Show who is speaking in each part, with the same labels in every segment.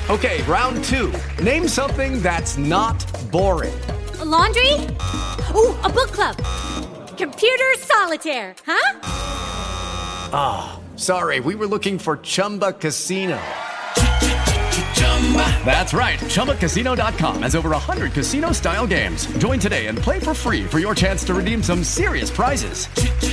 Speaker 1: Okay, round two. Name something that's not boring.
Speaker 2: A laundry? Ooh, a book club. Computer solitaire, huh?
Speaker 1: Ah, sorry, we were looking for Chumba Casino. That's right, ChumbaCasino.com has over 100 casino-style games. Join today and play for free for your chance to redeem some serious prizes.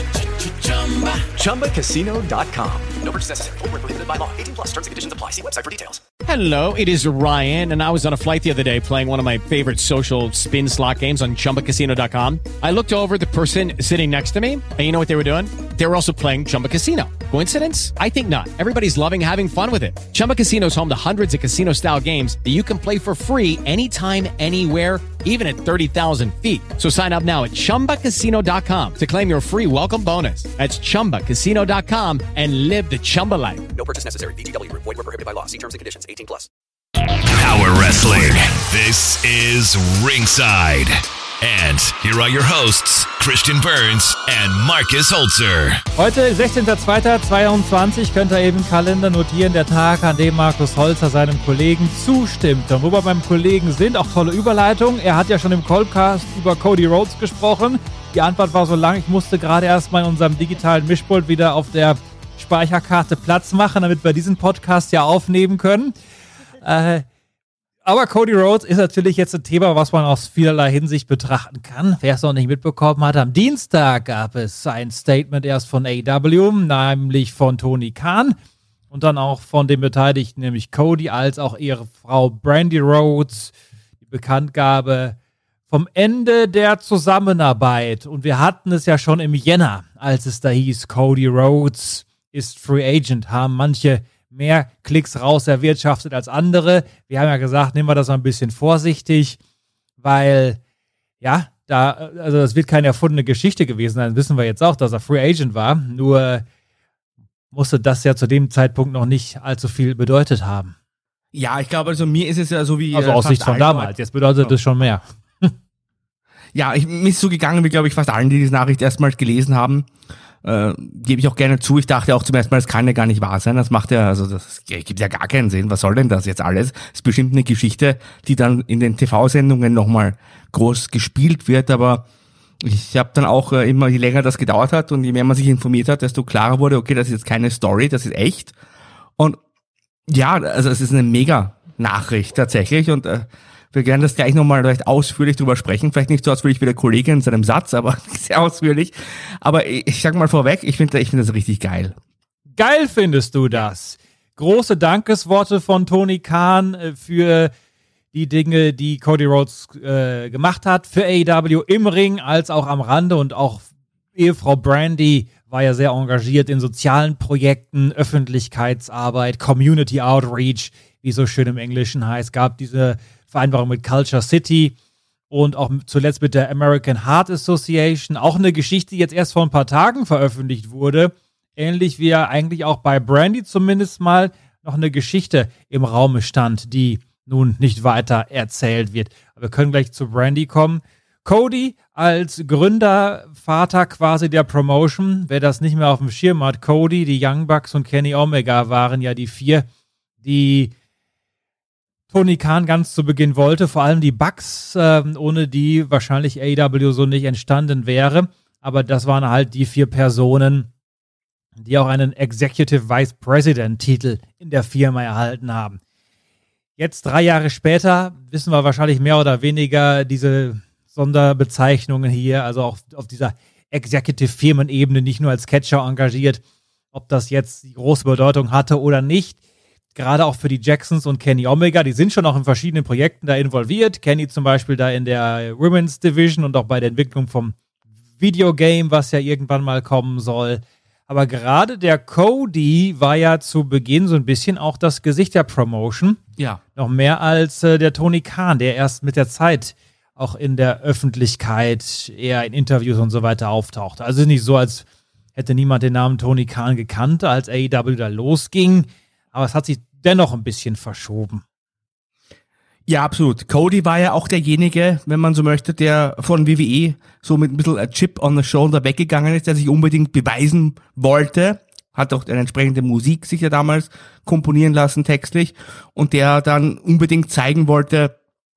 Speaker 1: ChumbaCasino.com. No purchase necessary. Void where prohibited by law. 18 plus. Terms and conditions apply. See website for details.
Speaker 3: Hello, it is Ryan, and I was on a flight the other day playing one of my favorite social spin slot games on ChumbaCasino.com. I looked over at the person sitting next to me, and you know what they were doing? They were also playing Chumba Casino. Coincidence? I think not. Everybody's loving having fun with it. Chumba Casino is home to hundreds of casino-style games that you can play for free anytime, anywhere, even at 30,000 feet. So sign up now at ChumbaCasino.com to claim your free welcome bonus. That's ChumbaCasino.com and live the Chumba life.
Speaker 1: No purchase necessary. VGW. Void where prohibited by law. See terms and conditions. 18 plus.
Speaker 4: Power Wrestling. This is Ringside. And here are your hosts, Christian Burns and Marcus Holzer.
Speaker 5: Heute, 16.02.22, könnt ihr eben im Kalender notieren, der Tag, an dem Marcus Holzer seinem Kollegen zustimmt. Und wo wir beim Kollegen sind, auch tolle Überleitung. Er hat ja schon im Colpcast über Cody Rhodes gesprochen. Die Antwort war so lang, ich musste gerade erstmal in unserem digitalen Mischpult wieder auf der Speicherkarte Platz machen, damit wir diesen Podcast ja aufnehmen können. Aber Cody Rhodes ist natürlich jetzt ein Thema, was man aus vielerlei Hinsicht betrachten kann. Wer es noch nicht mitbekommen hat, am Dienstag gab es ein Statement erst von AEW, nämlich von Tony Khan und dann auch von den Beteiligten, nämlich Cody als auch ihre Frau Brandi Rhodes, die Bekanntgabe vom Ende der Zusammenarbeit. Und wir hatten es ja schon im Jänner, als es da hieß, Cody Rhodes ist Free Agent, haben manche mehr Klicks raus erwirtschaftet als andere. Wir haben ja gesagt, nehmen wir das mal ein bisschen vorsichtig, weil, ja, also das wird keine erfundene Geschichte gewesen sein. Wissen wir jetzt auch, dass er Free Agent war. Nur musste das ja zu dem Zeitpunkt noch nicht allzu viel bedeutet haben.
Speaker 6: Ja, ich glaube, also mir ist es ja so wie...
Speaker 5: Also aus Sicht von damals. Jetzt bedeutet das schon mehr.
Speaker 6: Ja, mir ist so gegangen, wie, glaube ich, fast allen, die diese Nachricht erstmals gelesen haben. Gebe ich auch gerne zu. Ich dachte auch zum ersten Mal, das kann ja gar nicht wahr sein. Das macht ja, also das gibt ja gar keinen Sinn. Was soll denn das jetzt alles? Das ist bestimmt eine Geschichte, die dann in den TV-Sendungen nochmal groß gespielt wird. Aber ich habe dann auch immer, je länger das gedauert hat und je mehr man sich informiert hat, desto klarer wurde, okay, das ist jetzt keine Story, das ist echt. Und ja, also es ist eine mega Nachricht tatsächlich und wir werden das gleich nochmal recht ausführlich drüber sprechen. Vielleicht nicht so ausführlich wie der Kollege in seinem Satz, aber sehr ausführlich. Aber ich sag mal vorweg, ich finde das richtig geil.
Speaker 5: Geil findest du das? Große Dankesworte von Tony Khan für die Dinge, die Cody Rhodes gemacht hat. Für AEW im Ring als auch am Rande. Und auch Ehefrau Brandi war ja sehr engagiert in sozialen Projekten, Öffentlichkeitsarbeit, Community Outreach, wie es so schön im Englischen heißt. Gab diese Vereinbarung mit Culture City und auch zuletzt mit der American Heart Association. Auch eine Geschichte, die jetzt erst vor ein paar Tagen veröffentlicht wurde. Ähnlich wie ja eigentlich auch bei Brandi zumindest mal noch eine Geschichte im Raume stand, die nun nicht weiter erzählt wird. Aber wir können gleich zu Brandi kommen. Cody als Gründervater quasi der Promotion. Wer das nicht mehr auf dem Schirm hat, Cody, die Young Bucks und Kenny Omega waren ja die vier, die Tony Khan ganz zu Beginn wollte, vor allem die Bucks, ohne die wahrscheinlich AEW so nicht entstanden wäre. Aber das waren halt die vier Personen, die auch einen Executive Vice President-Titel in der Firma erhalten haben. Jetzt 3 Jahre später wissen wir wahrscheinlich mehr oder weniger diese Sonderbezeichnungen hier, also auch auf dieser Executive-Firmenebene nicht nur als Catcher engagiert, ob das jetzt die große Bedeutung hatte oder nicht. Gerade auch für die Jacksons und Kenny Omega, die sind schon auch in verschiedenen Projekten da involviert. Kenny zum Beispiel da in der Women's Division und auch bei der Entwicklung vom Videogame, was ja irgendwann mal kommen soll. Aber gerade der Cody war ja zu Beginn so ein bisschen auch das Gesicht der Promotion.
Speaker 6: Ja.
Speaker 5: Noch mehr als der Tony Khan, der erst mit der Zeit auch in der Öffentlichkeit eher in Interviews und so weiter auftauchte. Also nicht so, als hätte niemand den Namen Tony Khan gekannt, als AEW da losging. Aber es hat sich dennoch ein bisschen verschoben.
Speaker 6: Ja, absolut. Cody war ja auch derjenige, wenn man so möchte, der von WWE so mit ein bisschen a Chip on the Shoulder weggegangen ist, der sich unbedingt beweisen wollte hat auch eine entsprechende Musik sich ja damals komponieren lassen, textlich, und der dann unbedingt zeigen wollte,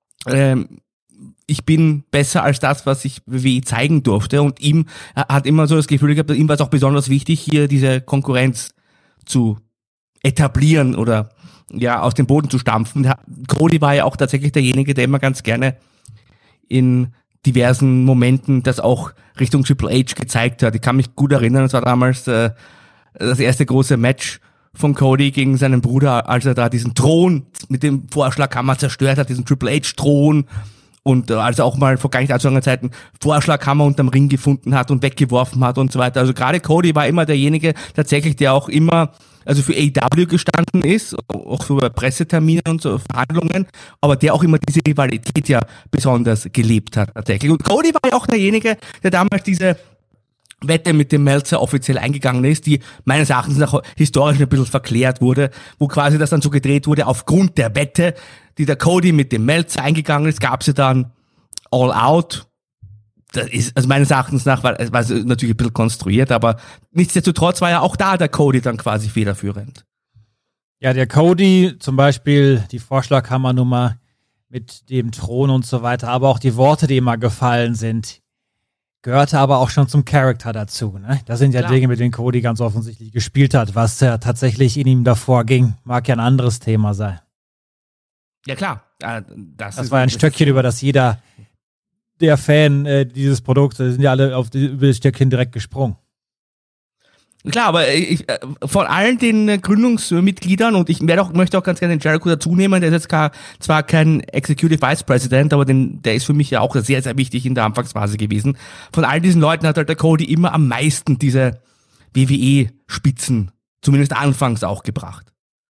Speaker 6: ich bin besser als das, was ich WWE zeigen durfte, und ihm hat immer so das Gefühl gehabt, ihm war es auch besonders wichtig, hier diese Konkurrenz zu etablieren oder ja aus dem Boden zu stampfen. Cody war ja auch tatsächlich derjenige, der immer ganz gerne in diversen Momenten das auch Richtung Triple H gezeigt hat. Ich kann mich gut erinnern, es war damals das erste große Match von Cody gegen seinen Bruder, als er da diesen Thron mit dem Vorschlaghammer zerstört hat, diesen Triple H-Thron, und als er auch mal vor gar nicht allzu langer Zeit einen Vorschlaghammer unterm Ring gefunden hat und weggeworfen hat und so weiter. Also gerade Cody war immer derjenige tatsächlich, der auch immer also für AEW gestanden ist, auch so bei Presseterminen und so Verhandlungen, aber der auch immer diese Rivalität ja besonders gelebt hat tatsächlich. Und Cody war ja auch derjenige, der damals diese Wette mit dem Meltzer offiziell eingegangen ist, die meines Erachtens nach historisch ein bisschen verklärt wurde, wo quasi das dann so gedreht wurde, aufgrund der Wette, die der Cody mit dem Meltzer eingegangen ist, gab es ja dann All Out. Das ist, also meines Erachtens nach war es natürlich ein bisschen konstruiert, aber nichtsdestotrotz war ja auch da der Cody dann quasi federführend.
Speaker 5: Ja, der Cody, zum Beispiel die Vorschlaghammernummer mit dem Thron und so weiter, aber auch die Worte, die immer gefallen sind, gehörte aber auch schon zum Charakter dazu. Ne? Das sind ja Klar. Dinge, mit denen Cody ganz offensichtlich gespielt hat. Was ja tatsächlich in ihm davor ging, mag ja ein anderes Thema sein.
Speaker 6: Ja klar.
Speaker 5: Das war ein Stöckchen, über das jeder der Fan dieses Produkts, sind ja alle über das Stöckchen direkt gesprungen.
Speaker 6: Klar, aber von allen den Gründungsmitgliedern, und ich möchte auch ganz gerne den Jericho dazu nehmen, der ist jetzt zwar kein Executive Vice President, aber der ist für mich ja auch sehr, sehr wichtig in der Anfangsphase gewesen. Von all diesen Leuten hat halt der Cody immer am meisten diese WWE-Spitzen, zumindest anfangs auch gebracht.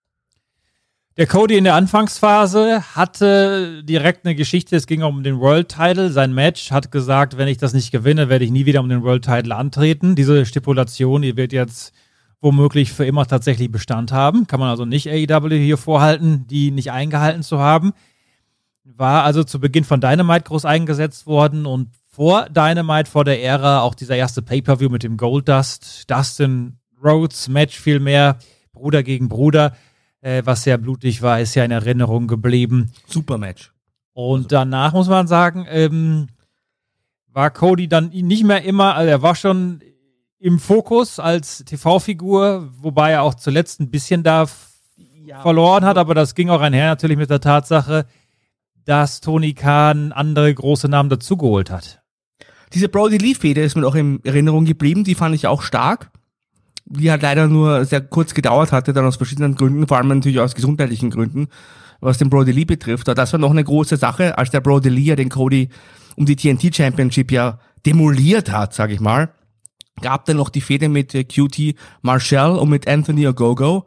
Speaker 5: Der Cody in der Anfangsphase hatte direkt eine Geschichte, es ging um den World Title, sein Match, hat gesagt, wenn ich das nicht gewinne, werde ich nie wieder um den World Title antreten. Diese Stipulation, die wird jetzt womöglich für immer tatsächlich Bestand haben, kann man also nicht AEW hier vorhalten, die nicht eingehalten zu haben. War also zu Beginn von Dynamite groß eingesetzt worden und vor Dynamite, vor der Ära, auch dieser erste Pay-Per-View mit dem Goldust, Dustin Rhodes Match vielmehr, Bruder gegen Bruder, was sehr blutig war, ist ja in Erinnerung geblieben.
Speaker 6: Super Match.
Speaker 5: Und danach muss man sagen, war Cody dann nicht mehr immer, also er war schon im Fokus als TV-Figur, wobei er auch zuletzt ein bisschen da verloren hat, aber das ging auch einher natürlich mit der Tatsache, dass Tony Khan andere große Namen dazugeholt hat.
Speaker 6: Diese Brody Lee-Fehde ist mir auch in Erinnerung geblieben, die fand ich auch stark. Die halt leider nur sehr kurz gedauert hatte, dann aus verschiedenen Gründen, vor allem natürlich aus gesundheitlichen Gründen, was den Brody Lee betrifft. Aber das war noch eine große Sache, als der Brody Lee ja den Cody um die TNT Championship ja demoliert hat, sag ich mal. Gab dann noch die Fehde mit QT Marshall und mit Anthony Ogogo.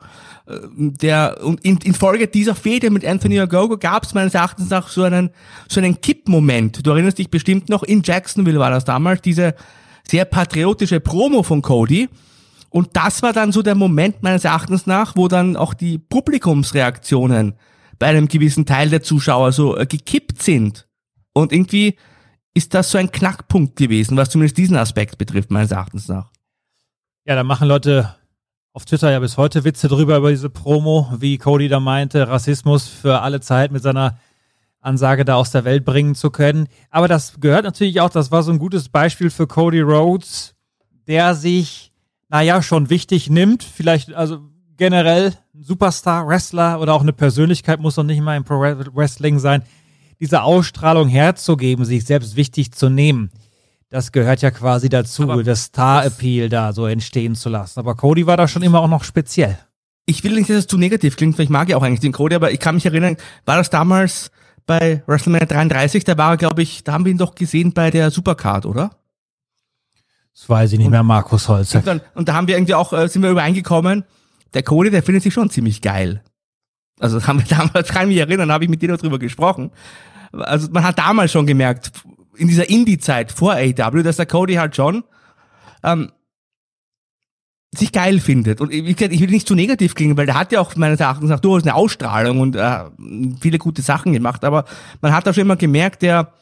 Speaker 6: Und in Folge dieser Fehde mit Anthony Ogogo gab es meines Erachtens nach so einen Kippmoment. Du erinnerst dich bestimmt noch, in Jacksonville war das damals, diese sehr patriotische Promo von Cody. Und das war dann so der Moment meines Erachtens nach, wo dann auch die Publikumsreaktionen bei einem gewissen Teil der Zuschauer so gekippt sind. Und irgendwie ist das so ein Knackpunkt gewesen, was zumindest diesen Aspekt betrifft, meines Erachtens nach.
Speaker 5: Ja, da machen Leute auf Twitter ja bis heute Witze drüber, über diese Promo, wie Cody da meinte, Rassismus für alle Zeit mit seiner Ansage da aus der Welt bringen zu können. Aber das gehört natürlich auch, das war so ein gutes Beispiel für Cody Rhodes, der sich schon wichtig nimmt, vielleicht also generell ein Superstar, Wrestler oder auch eine Persönlichkeit, muss doch nicht mal im Pro Wrestling sein, diese Ausstrahlung herzugeben, sich selbst wichtig zu nehmen. Das gehört ja quasi dazu, aber das Star-Appeal da so entstehen zu lassen. Aber Cody war da schon immer auch noch speziell.
Speaker 6: Ich will nicht, dass es zu negativ klingt, weil ich mag ja auch eigentlich den Cody, aber ich kann mich erinnern, war das damals bei WrestleMania 33, da war er, glaube ich, da haben wir ihn doch gesehen bei der Supercard, oder?
Speaker 5: Das weiß ich nicht mehr, Markus Holzer.
Speaker 6: Und da haben wir irgendwie auch, sind wir übereingekommen, der Cody, der findet sich schon ziemlich geil. Also haben wir damals, kann ich mich erinnern, habe ich mit dir noch drüber gesprochen. Also man hat damals schon gemerkt, in dieser Indie-Zeit vor AEW, dass der Cody halt schon sich geil findet. Und ich will nicht zu negativ klingen, weil der hat ja auch meines Erachtens nach durchaus eine Ausstrahlung und viele gute Sachen gemacht, aber man hat da schon immer gemerkt, der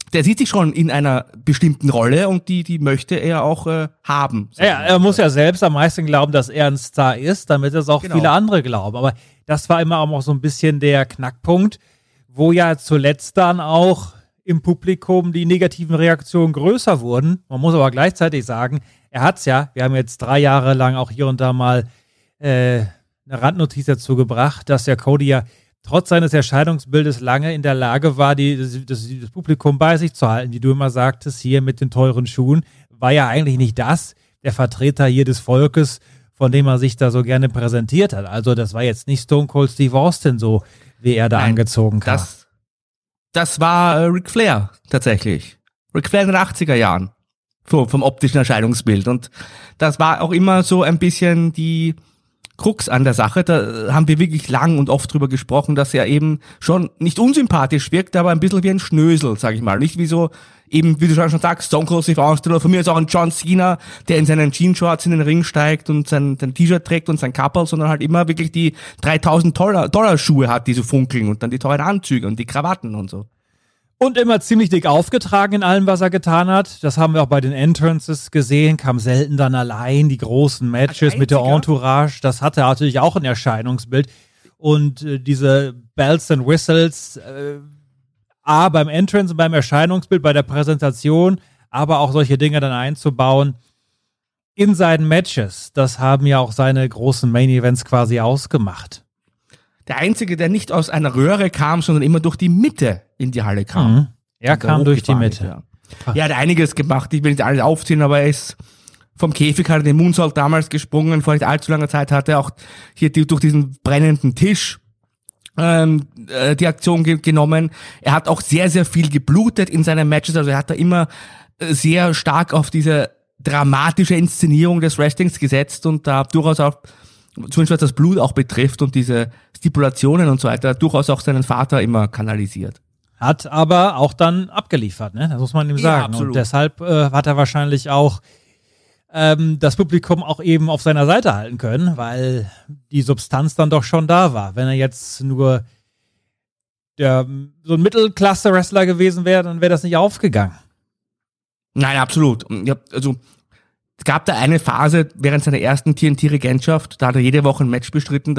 Speaker 6: der sieht sich schon in einer bestimmten Rolle und die möchte er auch haben.
Speaker 5: Ja, er muss ja selbst am meisten glauben, dass er ein Star ist, damit es auch viele andere glauben. Aber das war immer auch so ein bisschen der Knackpunkt, wo ja zuletzt dann auch im Publikum die negativen Reaktionen größer wurden. Man muss aber gleichzeitig sagen, er hat's ja, wir haben jetzt 3 Jahre lang auch hier und da mal eine Randnotiz dazu gebracht, dass der Cody ja trotz seines Erscheinungsbildes lange in der Lage war, das Publikum bei sich zu halten, wie du immer sagtest, hier mit den teuren Schuhen, war ja eigentlich nicht der Vertreter hier des Volkes, von dem er sich da so gerne präsentiert hat. Also das war jetzt nicht Stone Cold Steve Austin so, wie er da angezogen kam.
Speaker 6: Das war Ric Flair tatsächlich. Ric Flair in den 80er Jahren. Vom optischen Erscheinungsbild. Und das war auch immer so ein bisschen die Krux an der Sache, da haben wir wirklich lang und oft drüber gesprochen, dass er eben schon nicht unsympathisch wirkt, aber ein bisschen wie ein Schnösel, sag ich mal. Nicht wie so, eben, wie du schon sagst, Stone Cold Steve Austin oder von mir ist auch ein John Cena, der in seinen Jeanshorts in den Ring steigt und sein T-Shirt trägt und sein Kappel, sondern halt immer wirklich die $3.000 Schuhe hat, die so funkeln und dann die teuren Anzüge und die Krawatten und so.
Speaker 5: Und immer ziemlich dick aufgetragen in allem, was er getan hat. Das haben wir auch bei den Entrances gesehen. Kam selten dann allein. Die großen Matches mit der Entourage, das hatte natürlich auch ein Erscheinungsbild. Und diese Bells and Whistles, beim Entrance und beim Erscheinungsbild, bei der Präsentation, aber auch solche Dinge dann einzubauen in seinen Matches. Das haben ja auch seine großen Main-Events quasi ausgemacht.
Speaker 6: Der Einzige, der nicht aus einer Röhre kam, sondern immer durch die Mitte in die Halle kam.
Speaker 5: Mhm. Er kam durch die Mitte.
Speaker 6: Ja. Er hat einiges gemacht, ich will nicht alles aufziehen, aber er ist vom Käfig, hat er den Moonsault damals gesprungen, vor nicht allzu langer Zeit hat er auch hier durch diesen brennenden Tisch die Aktion genommen. Er hat auch sehr, sehr viel geblutet in seinen Matches, also er hat da immer sehr stark auf diese dramatische Inszenierung des Wrestlings gesetzt und da durchaus auch, zumindest was das Blut auch betrifft und diese Stipulationen und so weiter, durchaus auch seinen Vater immer kanalisiert.
Speaker 5: Hat aber auch dann abgeliefert, ne? Das muss man ihm sagen. Absolut. Und deshalb hat er wahrscheinlich auch das Publikum auch eben auf seiner Seite halten können, weil die Substanz dann doch schon da war. Wenn er jetzt nur so ein Mittelklasse-Wrestler gewesen wäre, dann wäre das nicht aufgegangen. Nein,
Speaker 6: absolut. Ja, also es gab da eine Phase während seiner ersten TNT-Regentschaft, da hat er jede Woche ein Match bestritten,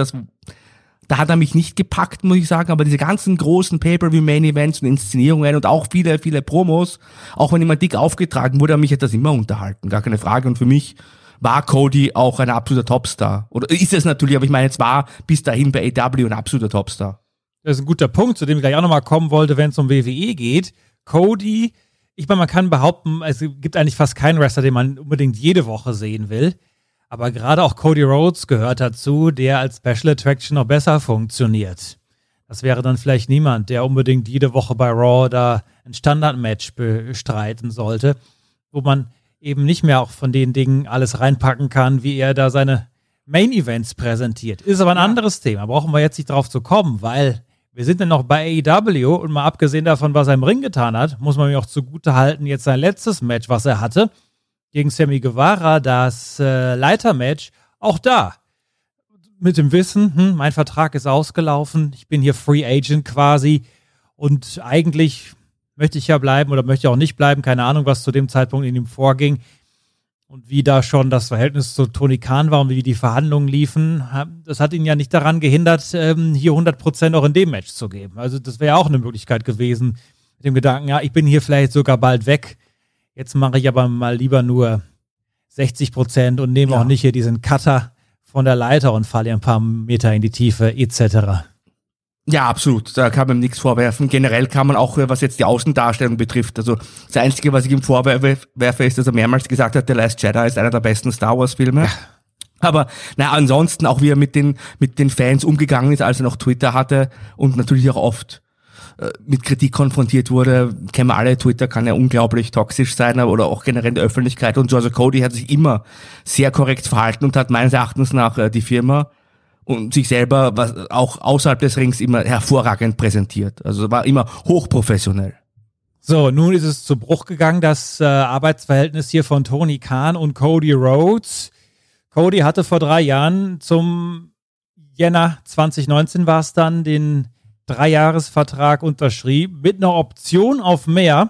Speaker 6: da hat er mich nicht gepackt, muss ich sagen, aber diese ganzen großen Pay-Per-View-Main-Events und Inszenierungen und auch viele, viele Promos, auch wenn immer dick aufgetragen wurde, mich hat das immer unterhalten, gar keine Frage. Und für mich war Cody auch ein absoluter Topstar. Oder ist es natürlich, aber ich meine, jetzt war bis dahin bei AEW ein absoluter Topstar.
Speaker 5: Das ist ein guter Punkt, zu dem ich gleich auch nochmal kommen wollte, wenn es um WWE geht. Cody, ich meine, man kann behaupten, es gibt eigentlich fast keinen Wrestler, den man unbedingt jede Woche sehen will. Aber gerade auch Cody Rhodes gehört dazu, der als Special Attraction noch besser funktioniert. Das wäre dann vielleicht niemand, der unbedingt jede Woche bei Raw da ein Standardmatch bestreiten sollte, wo man eben nicht mehr auch von den Dingen alles reinpacken kann, wie er da seine Main-Events präsentiert. Ist aber ein anderes Thema, brauchen wir jetzt nicht drauf zu kommen, weil wir sind ja noch bei AEW und mal abgesehen davon, was er im Ring getan hat, muss man mir auch zugute halten, jetzt sein letztes Match, was er hatte, gegen Sammy Guevara, das Leitermatch, auch da. Mit dem Wissen, mein Vertrag ist ausgelaufen, ich bin hier Free Agent quasi und eigentlich möchte ich ja bleiben oder möchte auch nicht bleiben, keine Ahnung, was zu dem Zeitpunkt in ihm vorging und wie da schon das Verhältnis zu Tony Khan war und wie die Verhandlungen liefen. Das hat ihn ja nicht daran gehindert, hier 100% auch in dem Match zu geben. Also das wäre ja auch eine Möglichkeit gewesen, mit dem Gedanken, ja, ich bin hier vielleicht sogar bald weg. Jetzt mache ich aber mal lieber nur 60% und nehme auch nicht hier diesen Cutter von der Leiter und falle ein paar Meter in die Tiefe etc.
Speaker 6: Ja, absolut. Da kann man ihm nichts vorwerfen. Generell kann man auch, was jetzt die Außendarstellung betrifft, also das Einzige, was ich ihm vorwerfe, ist, dass er mehrmals gesagt hat, The Last Jedi ist einer der besten Star Wars Filme. Ja. Aber ansonsten auch, wie er mit den Fans umgegangen ist, als er noch Twitter hatte und natürlich auch oft mit Kritik konfrontiert wurde, kennen wir alle, Twitter kann ja unglaublich toxisch sein, oder auch generell in der Öffentlichkeit und so. Also Cody hat sich immer sehr korrekt verhalten und hat meines Erachtens nach die Firma und sich selber, was auch außerhalb des Rings, immer hervorragend präsentiert. Also war immer hochprofessionell.
Speaker 5: So, nun ist es zu Bruch gegangen, das Arbeitsverhältnis hier von Tony Khan und Cody Rhodes. Cody hatte vor 3 Jahren zum Jänner 2019 war es dann, den 3-Jahres-Vertrag unterschrieben, mit einer Option auf mehr.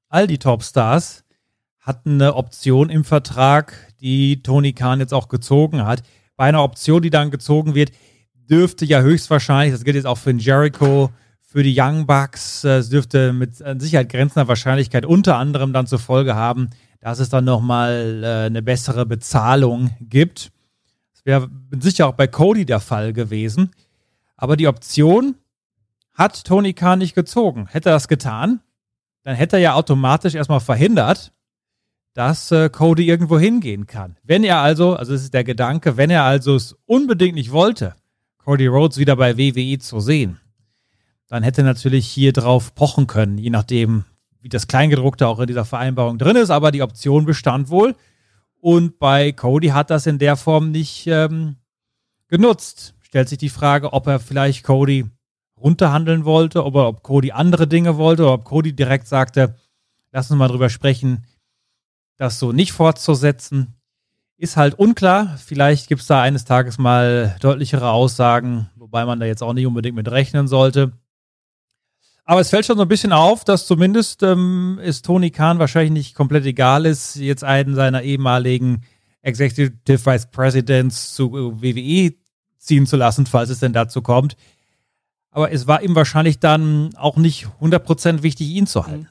Speaker 5: all die Topstars hatten eine Option im Vertrag, die Tony Khan jetzt auch gezogen hat. Bei einer Option, die dann gezogen wird, dürfte ja höchstwahrscheinlich, das gilt jetzt auch für den Jericho, für die Young Bucks, es dürfte mit Sicherheit grenzender Wahrscheinlichkeit unter anderem dann zur Folge haben, dass es dann nochmal eine bessere Bezahlung gibt. Das wäre sicher auch bei Cody der Fall gewesen. Aber die Option hat Tony Khan nicht gezogen. Hätte er das getan, dann hätte er ja automatisch erstmal verhindert, dass Cody irgendwo hingehen kann. Wenn er also das ist der Gedanke, wenn er also es unbedingt nicht wollte, Cody Rhodes wieder bei WWE zu sehen, dann hätte er natürlich hier drauf pochen können, je nachdem, wie das Kleingedruckte auch in dieser Vereinbarung drin ist, aber die Option bestand wohl. Und bei Cody hat das in der Form nicht genutzt. Stellt sich die Frage, ob er vielleicht Cody runterhandeln wollte, ob Cody andere Dinge wollte, oder ob Cody direkt sagte, lass uns mal drüber sprechen, das so nicht fortzusetzen. Ist halt unklar. Vielleicht gibt es da eines Tages mal deutlichere Aussagen, wobei man da jetzt auch nicht unbedingt mit rechnen sollte. Aber es fällt schon so ein bisschen auf, dass zumindest es Tony Khan wahrscheinlich nicht komplett egal ist, jetzt einen seiner ehemaligen Executive Vice Presidents zu WWE ziehen zu lassen, falls es denn dazu kommt. Aber es war ihm wahrscheinlich dann auch nicht 100% wichtig, ihn zu halten.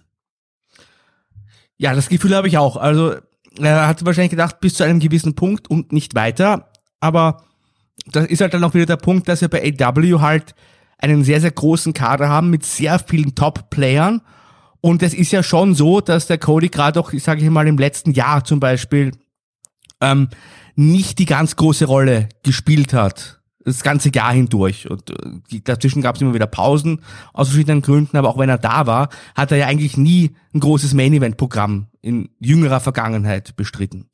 Speaker 6: Ja, das Gefühl habe ich auch. Also er hat wahrscheinlich gedacht, bis zu einem gewissen Punkt und nicht weiter. Aber das ist halt dann auch wieder der Punkt, dass wir bei AEW halt einen sehr, sehr großen Kader haben mit sehr vielen Top-Playern. Und es ist ja schon so, dass der Cody gerade auch, sage ich mal, im letzten Jahr zum Beispiel nicht die ganz große Rolle gespielt hat. Das ganze Jahr hindurch. Und dazwischen gab es immer wieder Pausen aus verschiedenen Gründen, aber auch wenn er da war, hat er ja eigentlich nie ein großes Main-Event-Programm in jüngerer Vergangenheit bestritten.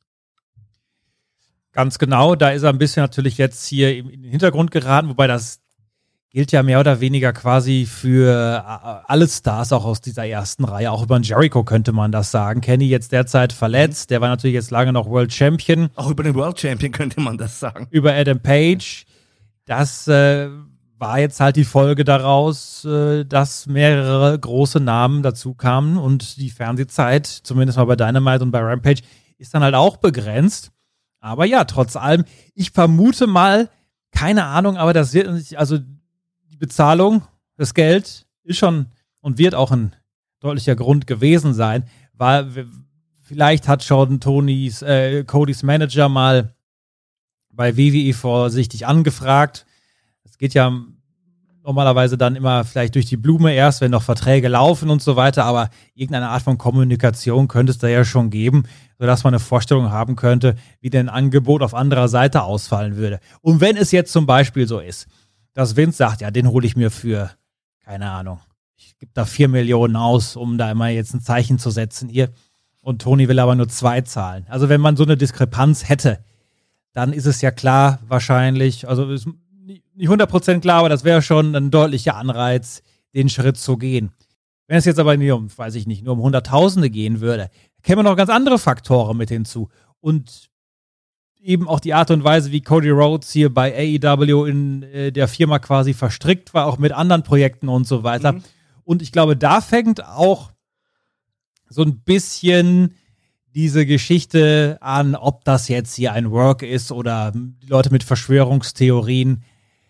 Speaker 5: Ganz genau, da ist er ein bisschen natürlich jetzt hier in den Hintergrund geraten, wobei das gilt ja mehr oder weniger quasi für alle Stars, auch aus dieser ersten Reihe. Auch über den Jericho könnte man das sagen. Kenny jetzt derzeit verletzt, der war natürlich jetzt lange noch World Champion.
Speaker 6: Auch über den World Champion könnte man das sagen.
Speaker 5: Über Adam Page. Das war jetzt halt die Folge daraus, dass mehrere große Namen dazu kamen und die Fernsehzeit, zumindest mal bei Dynamite und bei Rampage, ist dann halt auch begrenzt. Aber ja, trotz allem, ich vermute mal, keine Ahnung, aber das wird nicht, also die Bezahlung, das Geld ist schon und wird auch ein deutlicher Grund gewesen sein, weil vielleicht hat schon Codys Manager mal bei WWE vorsichtig angefragt. Es geht ja normalerweise dann immer vielleicht durch die Blume erst, wenn noch Verträge laufen und so weiter, aber irgendeine Art von Kommunikation könnte es da ja schon geben, sodass man eine Vorstellung haben könnte, wie denn ein Angebot auf anderer Seite ausfallen würde. Und wenn es jetzt zum Beispiel so ist, dass Vince sagt, ja, den hole ich mir für, keine Ahnung, ich gebe da 4 Millionen aus, um da immer jetzt ein Zeichen zu setzen hier, und Tony will aber nur 2 zahlen. Also wenn man so eine Diskrepanz hätte, dann ist es ja klar wahrscheinlich, also ist nicht 100% klar, aber das wäre schon ein deutlicher Anreiz, den Schritt zu gehen. Wenn es jetzt aber nur um, weiß ich nicht, nur um Hunderttausende gehen würde, kämen noch ganz andere Faktoren mit hinzu. Und eben auch die Art und Weise, wie Cody Rhodes hier bei AEW in der Firma quasi verstrickt war, auch mit anderen Projekten und so weiter. Mhm. Und ich glaube, da fängt auch so ein bisschen diese Geschichte an, ob das jetzt hier ein Work ist oder die Leute mit Verschwörungstheorien,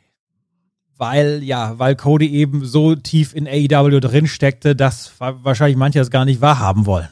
Speaker 5: weil Cody eben so tief in AEW drin steckte, dass wahrscheinlich manche das gar nicht wahrhaben wollen.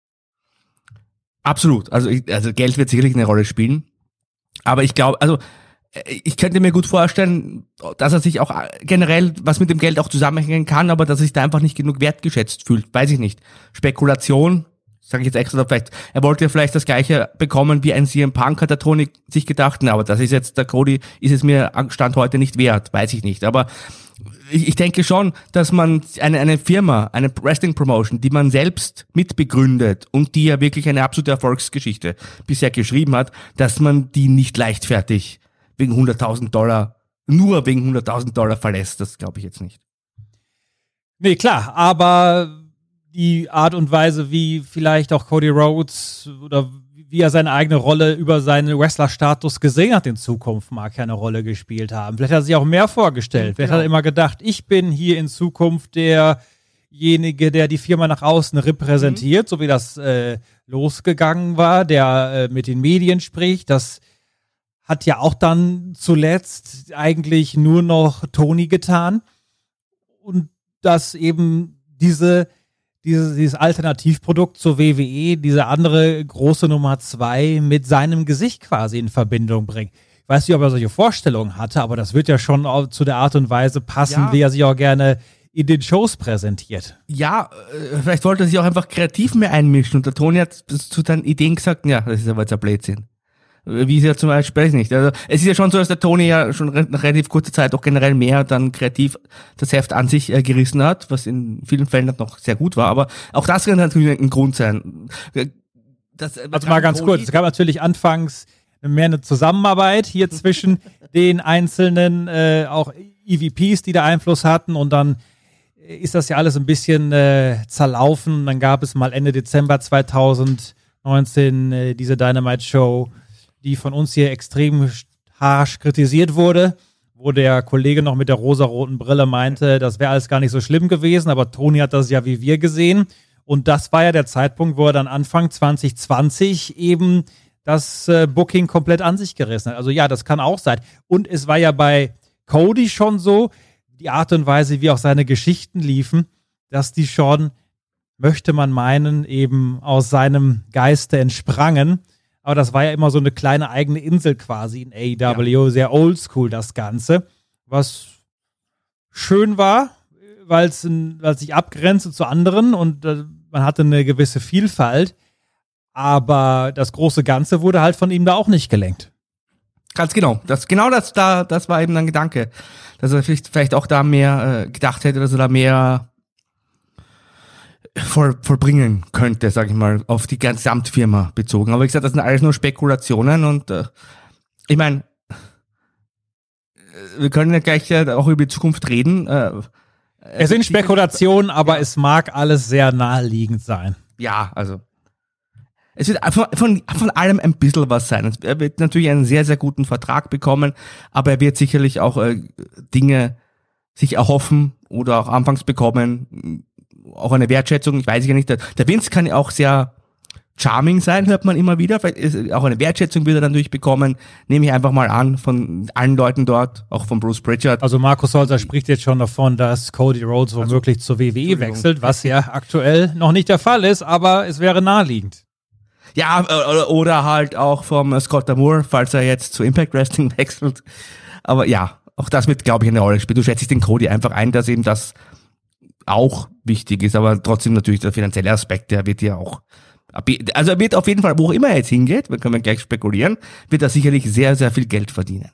Speaker 6: Absolut. Also Geld wird sicherlich eine Rolle spielen. Aber ich glaube, also ich könnte mir gut vorstellen, dass er sich auch generell was mit dem Geld auch zusammenhängen kann, aber dass er sich da einfach nicht genug wertgeschätzt fühlt. Weiß ich nicht. Spekulation, sage ich jetzt extra, vielleicht, er wollte ja vielleicht das Gleiche bekommen wie ein CM Punk, hat der Tony sich gedacht, na, aber das ist jetzt, der Cody ist es mir Stand heute nicht wert, weiß ich nicht. Aber ich denke schon, dass man eine Firma, eine Wrestling-Promotion, die man selbst mitbegründet und die ja wirklich eine absolute Erfolgsgeschichte bisher geschrieben hat, dass man die nicht leichtfertig wegen $100.000, nur wegen $100.000 verlässt. Das glaube ich jetzt nicht.
Speaker 5: Nee, klar, aber die Art und Weise, wie vielleicht auch Cody Rhodes oder wie er seine eigene Rolle über seinen Wrestler-Status gesehen hat in Zukunft, mag ja eine Rolle gespielt haben. Vielleicht hat er sich auch mehr vorgestellt. Vielleicht hat er immer gedacht, ich bin hier in Zukunft der derjenige, der die Firma nach außen repräsentiert, so wie das losgegangen war, der mit den Medien spricht. Das hat ja auch dann zuletzt eigentlich nur noch Tony getan. Und dass eben dieses Alternativprodukt zur WWE, diese andere große Nummer 2 mit seinem Gesicht quasi in Verbindung bringt. Ich weiß nicht, ob er solche Vorstellungen hatte, aber das wird ja schon auch zu der Art und Weise passen, wie er sich auch gerne in den Shows präsentiert. Ja,
Speaker 6: vielleicht wollte er sich auch einfach kreativ mehr einmischen und der Tony hat zu seinen Ideen gesagt, ja, das ist aber jetzt ein Blödsinn. Wie es ja zum Beispiel, weiß ich nicht. Also, es ist ja schon so, dass der Tony ja schon nach relativ kurzer Zeit auch generell mehr dann kreativ das Heft an sich gerissen hat, was in vielen Fällen noch sehr gut war, aber auch das kann natürlich ein Grund sein.
Speaker 5: Also mal ganz kurz, es gab natürlich anfangs mehr eine Zusammenarbeit hier zwischen den einzelnen auch EVPs, die da Einfluss hatten und dann ist das ja alles ein bisschen zerlaufen. Dann gab es mal Ende Dezember 2019 diese Dynamite-Show, die von uns hier extrem harsch kritisiert wurde, wo der Kollege noch mit der rosaroten Brille meinte, das wäre alles gar nicht so schlimm gewesen, aber Tony hat das ja wie wir gesehen. Und das war ja der Zeitpunkt, wo er dann Anfang 2020 eben das Booking komplett an sich gerissen hat. Also ja, das kann auch sein. Und es war ja bei Cody schon so, die Art und Weise, wie auch seine Geschichten liefen, dass die schon, möchte man meinen, eben aus seinem Geiste entsprangen. Aber das war ja immer so eine kleine eigene Insel quasi in AEW, sehr oldschool das Ganze, was schön war, weil es sich abgrenzte zu anderen und man hatte eine gewisse Vielfalt. Aber das große Ganze wurde halt von ihm da auch nicht gelenkt.
Speaker 6: Ganz genau. Das war eben ein Gedanke. Dass er vielleicht auch da mehr gedacht hätte, dass er da mehr vollbringen könnte, sag ich mal, auf die Gesamtfirma bezogen. Aber wie gesagt, das sind alles nur Spekulationen und ich meine, wir können ja gleich auch über die Zukunft reden.
Speaker 5: Es sind Spekulationen, aber es mag alles sehr naheliegend sein.
Speaker 6: Ja, also es wird von allem ein bisschen was sein. Er wird natürlich einen sehr, sehr guten Vertrag bekommen, aber er wird sicherlich auch Dinge sich erhoffen oder auch anfangs bekommen, auch eine Wertschätzung, ich weiß ja nicht, der Vince kann ja auch sehr charming sein, hört man immer wieder, vielleicht ist auch eine Wertschätzung wird er dann durchbekommen, nehme ich einfach mal an, von allen Leuten dort, auch von Bruce Pritchard.
Speaker 5: Also Markus Holzer spricht jetzt schon davon, dass Cody Rhodes womöglich zur WWE wechselt, was ja aktuell noch nicht der Fall ist, aber es wäre naheliegend.
Speaker 6: Ja, oder halt auch vom Scott D'Amore, falls er jetzt zu Impact Wrestling wechselt. Aber ja, auch das wird, glaube ich, eine Rolle spielen. Du schätzt den Cody einfach ein, dass eben das auch wichtig ist, aber trotzdem natürlich der finanzielle Aspekt, der wird ja auch, also er wird auf jeden Fall, wo auch immer er jetzt hingeht, wir können gleich spekulieren, wird er sicherlich sehr, sehr viel Geld verdienen.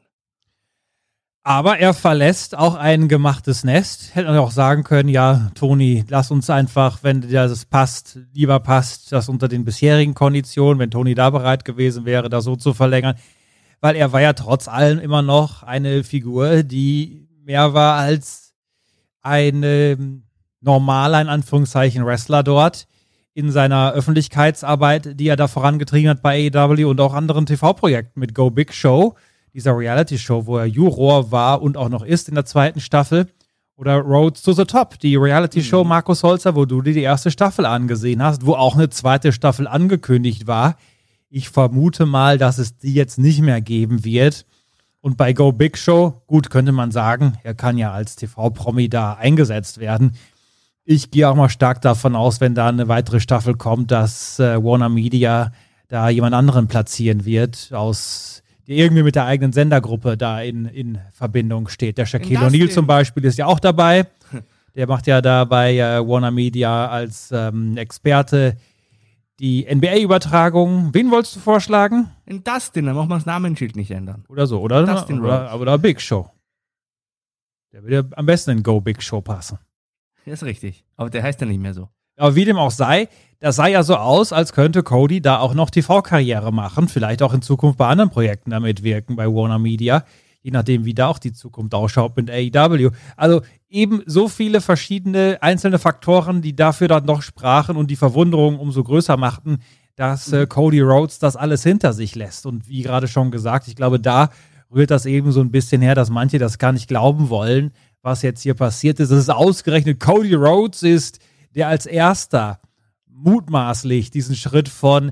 Speaker 5: Aber er verlässt auch ein gemachtes Nest. Hätte man auch sagen können, ja, Tony, lass uns einfach, wenn dir das passt, lieber passt, das unter den bisherigen Konditionen, wenn Tony da bereit gewesen wäre, das so zu verlängern. Weil er war ja trotz allem immer noch eine Figur, die mehr war als eine normaler, in Anführungszeichen, Wrestler dort in seiner Öffentlichkeitsarbeit, die er da vorangetrieben hat bei AEW und auch anderen TV-Projekten mit Go Big Show, dieser Reality-Show, wo er Juror war und auch noch ist in der 2. Staffel, oder Road to the Top, die Reality-Show Markus Holzer, wo du dir die 1. Staffel angesehen hast, wo auch eine 2. Staffel angekündigt war. Ich vermute mal, dass es die jetzt nicht mehr geben wird. Und bei Go Big Show, gut, könnte man sagen, er kann ja als TV-Promi da eingesetzt werden. Ich gehe auch mal stark davon aus, wenn da eine weitere Staffel kommt, dass Warner Media da jemand anderen platzieren wird, der irgendwie mit der eigenen Sendergruppe da in Verbindung steht. Der Shaquille O'Neal zum Beispiel ist ja auch dabei. Der macht ja da bei Warner Media als Experte die NBA-Übertragung. Wen wolltest du vorschlagen?
Speaker 6: In Dustin, dann machen wir das Namensschild nicht ändern.
Speaker 5: Oder so, oder? Oder Big Show. Der würde ja am besten in Go Big Show passen.
Speaker 6: Das ist richtig. Aber der heißt ja nicht mehr so.
Speaker 5: Aber wie dem auch sei, das sah ja so aus, als könnte Cody da auch noch TV-Karriere machen, vielleicht auch in Zukunft bei anderen Projekten da mitwirken, bei Warner Media, je nachdem, wie da auch die Zukunft ausschaut mit AEW. Also eben so viele verschiedene einzelne Faktoren, die dafür dann noch sprachen und die Verwunderung umso größer machten, dass Cody Rhodes das alles hinter sich lässt. Und wie gerade schon gesagt, ich glaube, da rührt das eben so ein bisschen her, dass manche das gar nicht glauben wollen, was jetzt hier passiert ist. Es ist ausgerechnet, Cody Rhodes ist der als erster mutmaßlich diesen Schritt von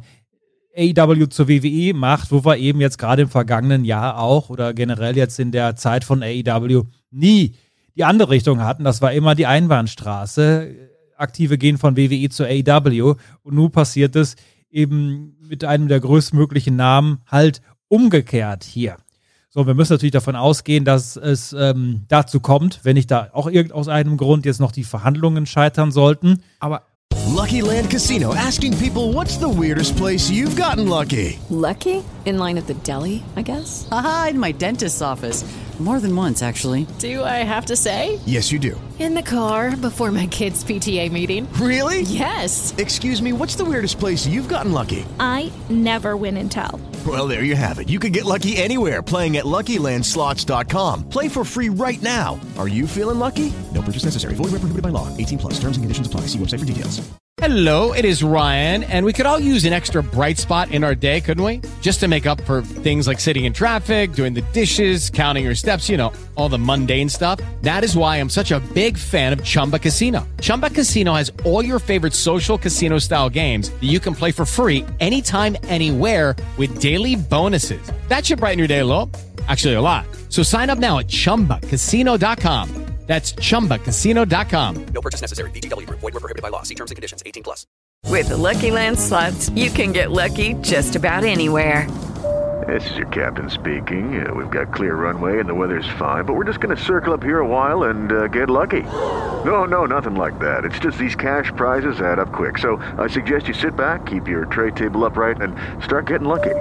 Speaker 5: AEW zur WWE macht, wo wir eben jetzt gerade im vergangenen Jahr auch oder generell jetzt in der Zeit von AEW nie die andere Richtung hatten. Das war immer die Einbahnstraße. Aktive gehen von WWE zu AEW und nun passiert es eben mit einem der größtmöglichen Namen halt umgekehrt hier. So, wir müssen natürlich davon ausgehen, dass es dazu kommt, wenn nicht da auch aus einem Grund jetzt noch die Verhandlungen scheitern sollten.
Speaker 6: Aber
Speaker 7: Lucky Land Casino, asking people, what's the weirdest place you've gotten lucky?
Speaker 8: Lucky? In line at the deli, I guess?
Speaker 9: Aha, in my dentist's office. More than once, actually.
Speaker 8: Do I have to say?
Speaker 7: Yes, you do.
Speaker 2: In the car before my kids' PTA meeting.
Speaker 7: Really?
Speaker 2: Yes.
Speaker 7: Excuse me, what's the weirdest place you've gotten lucky?
Speaker 2: I never win and tell.
Speaker 7: Well, there you have it. You can get lucky anywhere, playing at LuckyLandSlots.com. Play for free right now. Are you feeling lucky? No purchase necessary. Void where prohibited by law. 18+. Terms and conditions apply. See website for details.
Speaker 3: Hello, it is Ryan, and we could all use an extra bright spot in our day, couldn't we? Just to make up for things like sitting in traffic, doing the dishes, counting your steps, you know, all the mundane stuff. That is why I'm such a big fan of Chumba Casino. Chumba Casino has all your favorite social casino-style games that you can play for free anytime, anywhere with daily bonuses. That should brighten your day a little. Actually, a lot. So sign up now at ChumbaCasino.com. That's ChumbaCasino.com.
Speaker 10: No purchase necessary. VGW Group. Void where prohibited by law. See terms and conditions. 18+.
Speaker 11: With the Lucky Land Slots, you can get lucky just about anywhere.
Speaker 12: This is your captain speaking. We've got clear runway and the weather's fine, but we're just going to circle up here a while and get lucky. No, nothing like that. It's just these cash prizes add up quick. So I suggest you sit back, keep your tray table upright, and start getting lucky.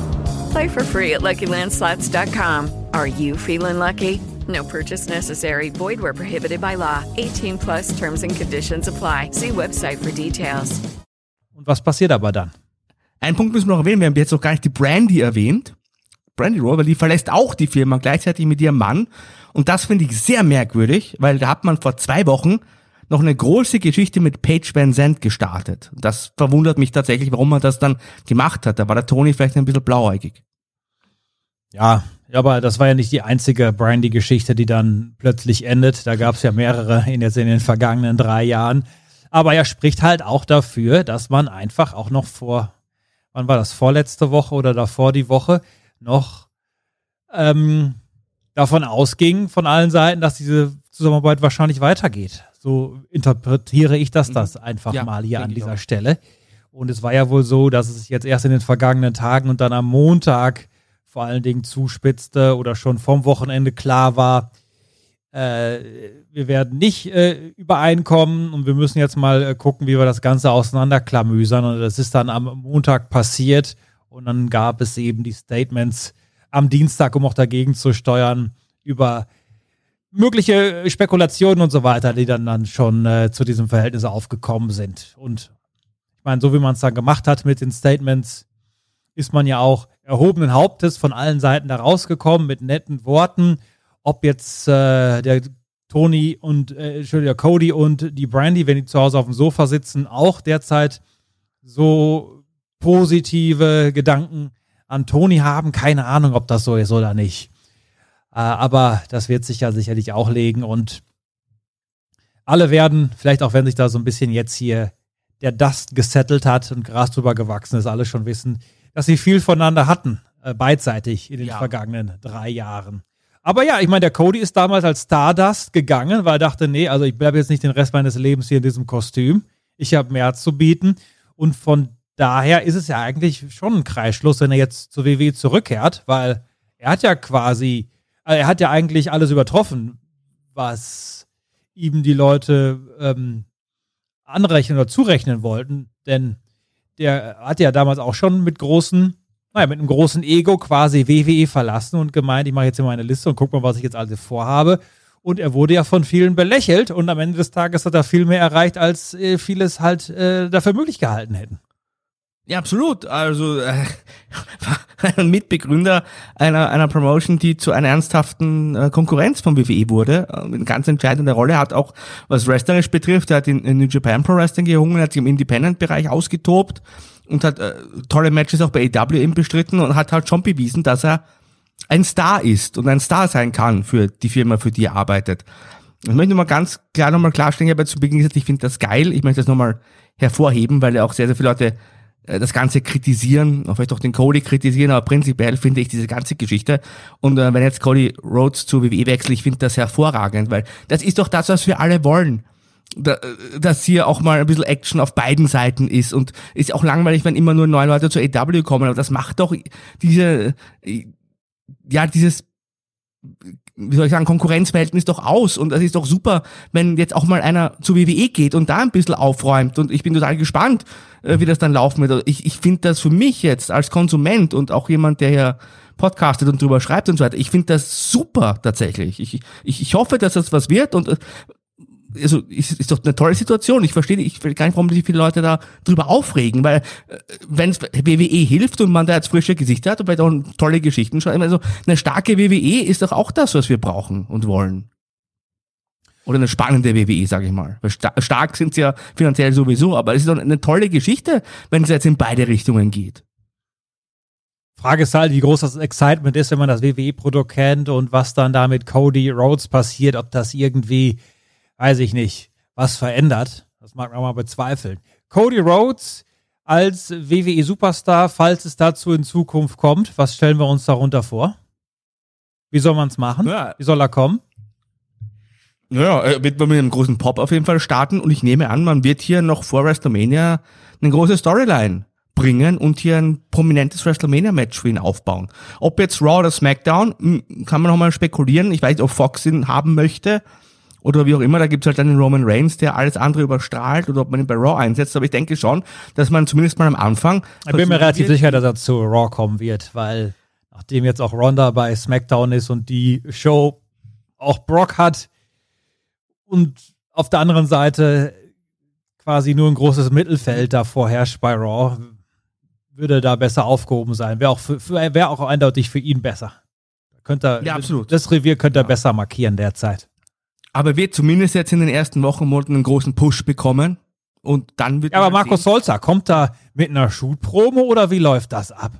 Speaker 11: Play for free at LuckyLandSlots.com. Are you feeling lucky? No purchase necessary. Void where prohibited by law. 18+ terms and conditions apply. See website for details.
Speaker 5: Und was passiert aber dann?
Speaker 6: einen Punkt müssen wir noch erwähnen. Wir haben jetzt noch gar nicht die Brandy erwähnt. Brandy Rowe, weil die verlässt auch die Firma gleichzeitig mit ihrem Mann. Und das finde ich sehr merkwürdig, weil da hat man vor 2 Wochen noch eine große Geschichte mit Paige Van Zandt gestartet. Das verwundert mich tatsächlich, warum man das dann gemacht hat. Da war der Tony vielleicht ein bisschen blauäugig.
Speaker 5: Ja, aber das war ja nicht die einzige Brandy-Geschichte, die dann plötzlich endet. Da gab es ja mehrere in den vergangenen 3 Jahren. Aber er spricht halt auch dafür, dass man einfach auch noch wann war das, vorletzte Woche oder davor die Woche, noch davon ausging von allen Seiten, dass diese Zusammenarbeit wahrscheinlich weitergeht. So interpretiere ich das einfach mal hier an dieser Stelle. Und es war ja wohl so, dass es sich jetzt erst in den vergangenen Tagen und dann am Montag vor allen Dingen zuspitzte oder schon vom Wochenende klar war, wir werden nicht übereinkommen und wir müssen jetzt mal gucken, wie wir das Ganze auseinanderklamüsern. Und das ist dann am Montag passiert und dann gab es eben die Statements am Dienstag, um auch dagegen zu steuern, über mögliche Spekulationen und so weiter, die dann schon zu diesem Verhältnis aufgekommen sind. Und ich meine, so wie man es dann gemacht hat mit den Statements, ist man ja auch erhobenen Hauptes von allen Seiten da rausgekommen mit netten Worten. Ob jetzt der Tony und Cody und die Brandy, wenn die zu Hause auf dem Sofa sitzen, auch derzeit so positive Gedanken an Tony haben. Keine Ahnung, ob das so ist oder nicht. Aber das wird sich ja sicherlich auch legen und alle werden, vielleicht auch wenn sich da so ein bisschen jetzt hier der Dust gesettelt hat und Gras drüber gewachsen ist, alle schon wissen, dass sie viel voneinander hatten, beidseitig in den vergangenen 3 Jahren. Aber ja, ich meine, der Cody ist damals als Stardust gegangen, weil er dachte, nee, also ich bleibe jetzt nicht den Rest meines Lebens hier in diesem Kostüm. Ich habe mehr zu bieten. Und von daher ist es ja eigentlich schon ein Kreisschluss, wenn er jetzt zur WWE zurückkehrt, weil er hat ja eigentlich alles übertroffen, was ihm die Leute anrechnen oder zurechnen wollten. Denn der hat ja damals auch schon mit einem großen Ego quasi WWE verlassen und gemeint, ich mache jetzt hier meine Liste und guck mal, was ich jetzt alles vorhabe. Und er wurde ja von vielen belächelt und am Ende des Tages hat er viel mehr erreicht, als vieles halt dafür möglich gehalten hätten.
Speaker 6: Ja, absolut. Also ein Mitbegründer einer Promotion, die zu einer ernsthaften Konkurrenz von WWE wurde. Eine ganz entscheidende Rolle hat auch, was Wrestlerisch betrifft. Er hat in New Japan Pro Wrestling gerungen, hat sich im Independent-Bereich ausgetobt und hat tolle Matches auch bei AEW eben bestritten und hat halt schon bewiesen, dass er ein Star ist und ein Star sein kann für die Firma, für die er arbeitet. Ich möchte nochmal ganz klar klarstellen, ich habe zu Beginn gesagt, ich finde das geil. Ich möchte das nochmal hervorheben, weil ja auch sehr, sehr viele Leute das Ganze kritisieren, auch vielleicht auch den Cody kritisieren, aber prinzipiell finde ich diese ganze Geschichte. Und wenn jetzt Cody Rhodes zu WWE wechselt, ich finde das hervorragend, weil das ist doch das, was wir alle wollen. Dass hier auch mal ein bisschen Action auf beiden Seiten ist, und ist auch langweilig, wenn immer nur neue Leute zur AEW kommen, aber das macht doch dieses, wie soll ich sagen, Konkurrenzverhältnis doch aus, und das ist doch super, wenn jetzt auch mal einer zu WWE geht und da ein bisschen aufräumt, und ich bin total gespannt, wie das dann laufen wird. Ich finde das für mich jetzt als Konsument und auch jemand, der hier podcastet und drüber schreibt und so weiter, ich finde das super tatsächlich. Ich hoffe, dass das was wird, und also ist doch eine tolle Situation. Ich verstehe gar nicht, warum sich viele Leute da drüber aufregen, weil wenn es WWE hilft und man da jetzt frische Gesichter hat und vielleicht auch tolle Geschichten schreibt, also eine starke WWE ist doch auch das, was wir brauchen und wollen. Oder eine spannende WWE, sage ich mal. Weil stark sind sie ja finanziell sowieso, aber es ist doch eine tolle Geschichte, wenn es jetzt in beide Richtungen geht.
Speaker 5: Frage ist halt, wie groß das Excitement ist, wenn man das WWE-Produkt kennt und was dann da mit Cody Rhodes passiert, ob das irgendwie, weiß ich nicht, was verändert. Das mag man mal bezweifeln. Cody Rhodes als WWE-Superstar, falls es dazu in Zukunft kommt, was stellen wir uns darunter vor? Wie soll man es machen? Ja. Wie soll er kommen?
Speaker 6: Ja, wird man mit einem großen Pop auf jeden Fall starten, und ich nehme an, man wird hier noch vor WrestleMania eine große Storyline bringen und hier ein prominentes WrestleMania-Match für ihn aufbauen. Ob jetzt Raw oder SmackDown, kann man noch mal spekulieren. Ich weiß nicht, ob Fox ihn haben möchte oder wie auch immer. Da gibt's halt einen Roman Reigns, der alles andere überstrahlt, oder ob man ihn bei Raw einsetzt. Aber ich denke schon, dass man zumindest mal am Anfang...
Speaker 5: Ich bin mir relativ sicher, dass er zu Raw kommen wird, weil nachdem jetzt auch Ronda bei SmackDown ist und die Show auch Brock hat und auf der anderen Seite quasi nur ein großes Mittelfeld da vorherrscht bei Raw, würde da besser aufgehoben sein. Wäre auch eindeutig für ihn besser.
Speaker 6: Ja, absolut.
Speaker 5: Das Revier könnte er besser markieren derzeit.
Speaker 6: Aber wird zumindest jetzt in den ersten Wochen und Monaten einen großen Push bekommen. Und dann wird.
Speaker 5: Ja, aber Marco Solza, kommt da mit einer Shoot-Promo oder wie läuft das ab?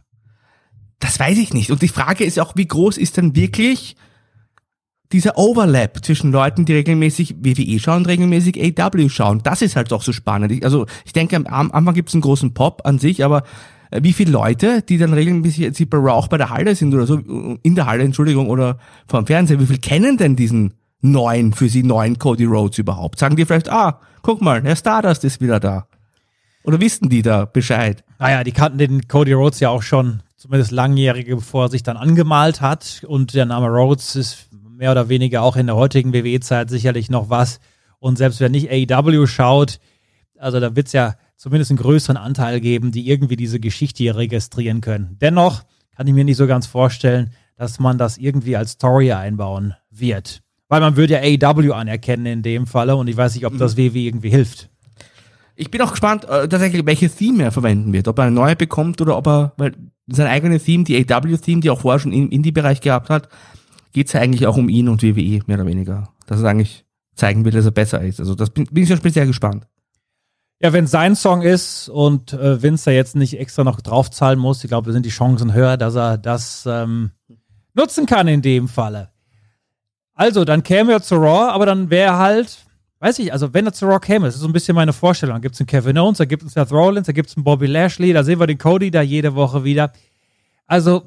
Speaker 6: Das weiß ich nicht. Und die Frage ist auch, wie groß ist denn wirklich dieser Overlap zwischen Leuten, die regelmäßig WWE schauen und regelmäßig AEW schauen? Das ist halt auch so spannend. Ich denke, am Anfang gibt es einen großen Pop an sich, aber wie viele Leute, die dann regelmäßig jetzt bei Raw auch bei der Halle sind oder so, in der Halle, Entschuldigung, oder vor dem Fernseher, wie viel kennen denn diesen für sie neuen Cody Rhodes überhaupt? Sagen die vielleicht, guck mal, der Stardust ist wieder da. Oder wissen die da Bescheid?
Speaker 5: Naja, die kannten den Cody Rhodes ja auch schon, zumindest langjährige, bevor er sich dann angemalt hat. Und der Name Rhodes ist mehr oder weniger auch in der heutigen WWE-Zeit sicherlich noch was. Und selbst wer nicht AEW schaut, also da wird es ja zumindest einen größeren Anteil geben, die irgendwie diese Geschichte hier registrieren können. Dennoch kann ich mir nicht so ganz vorstellen, dass man das irgendwie als Story einbauen wird. Weil man würde ja AEW anerkennen in dem Falle, und ich weiß nicht, ob das WWE irgendwie hilft. Ich bin auch gespannt, tatsächlich, welche Theme er verwenden wird. Ob er eine neue bekommt oder ob er, weil sein eigenes Theme, die AEW-Theme, die er auch vorher schon im Indie-Bereich gehabt hat, geht es ja eigentlich auch um ihn und WWE, mehr oder weniger. Dass er eigentlich zeigen will, dass er besser ist. Also das bin ich schon speziell gespannt. Ja, wenn es sein Song ist und Vince da jetzt nicht extra noch draufzahlen muss, ich glaube, da sind die Chancen höher, dass er das nutzen kann in dem Falle. Also, dann käme er zu Raw, aber dann wäre halt, weiß ich, also wenn er zu Raw käme, das ist so ein bisschen meine Vorstellung, dann gibt es einen Kevin Owens, da gibt es einen Seth Rollins, da gibt es einen Bobby Lashley, da sehen wir den Cody da jede Woche wieder. Also